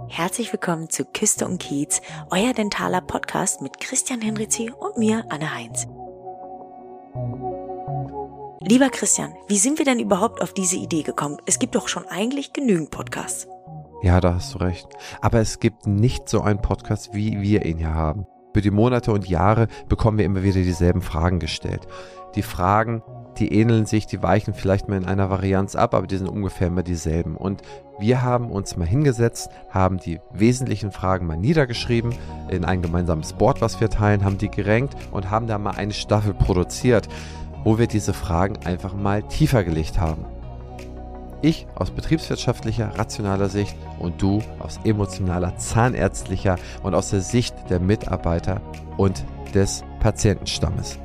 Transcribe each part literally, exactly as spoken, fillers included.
Herzlich willkommen zu Küste und Kiez, euer dentaler Podcast mit Christian Henrizi und mir, Anne Heinz. Lieber Christian, wie sind wir denn überhaupt auf diese Idee gekommen? Es gibt doch schon eigentlich genügend Podcasts. Ja, da hast du recht. Aber es gibt nicht so einen Podcast, wie wir ihn hier haben. Für die Monate und Jahre bekommen wir immer wieder dieselben Fragen gestellt. Die Fragen, die ähneln sich, die weichen vielleicht mal in einer Varianz ab, aber die sind ungefähr immer dieselben. Und wir haben uns mal hingesetzt, haben die wesentlichen Fragen mal niedergeschrieben, in ein gemeinsames Board, was wir teilen, haben die gerankt und haben da mal eine Staffel produziert, wo wir diese Fragen einfach mal tiefer gelegt haben. Ich aus betriebswirtschaftlicher, rationaler Sicht und du aus emotionaler, zahnärztlicher und aus der Sicht der Mitarbeiter und des Patientenstammes.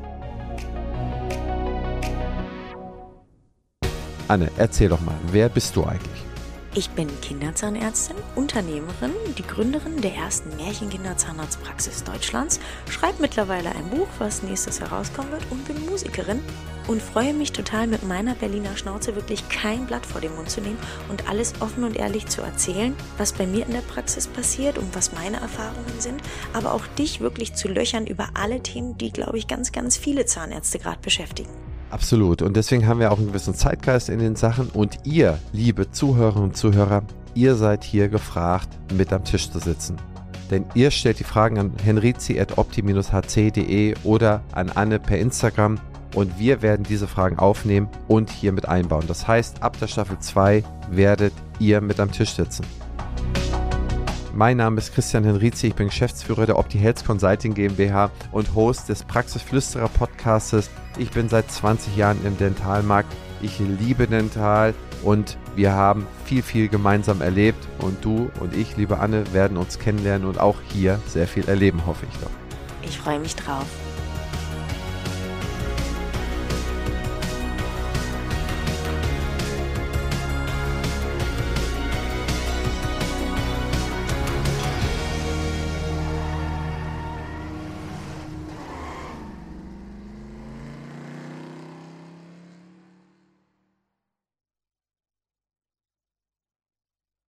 Anne, erzähl doch mal, wer bist du eigentlich? Ich bin Kinderzahnärztin, Unternehmerin, die Gründerin der ersten Märchenkinder-Zahnarztpraxis Deutschlands, schreibe mittlerweile ein Buch, was nächstes herauskommen wird, und bin Musikerin und freue mich total, mit meiner Berliner Schnauze wirklich kein Blatt vor den Mund zu nehmen und alles offen und ehrlich zu erzählen, was bei mir in der Praxis passiert und was meine Erfahrungen sind, aber auch dich wirklich zu löchern über alle Themen, die, glaube ich, ganz, ganz viele Zahnärzte gerade beschäftigen. Absolut. Und deswegen haben wir auch einen gewissen Zeitgeist in den Sachen. Und ihr, liebe Zuhörerinnen und Zuhörer, ihr seid hier gefragt, mit am Tisch zu sitzen. Denn ihr stellt die Fragen an henrizi at opti dash h c punkt de oder an Anne per Instagram. Und wir werden diese Fragen aufnehmen und hier mit einbauen. Das heißt, ab der Staffel zwei werdet ihr mit am Tisch sitzen. Mein Name ist Christian Henrizi, ich bin Geschäftsführer der Opti Health Consulting GmbH und Host des Praxisflüsterer Podcastes. Ich bin seit zwanzig Jahren im Dentalmarkt, ich liebe Dental und wir haben viel, viel gemeinsam erlebt. Und du und ich, liebe Anne, werden uns kennenlernen und auch hier sehr viel erleben, hoffe ich doch. Ich freue mich drauf.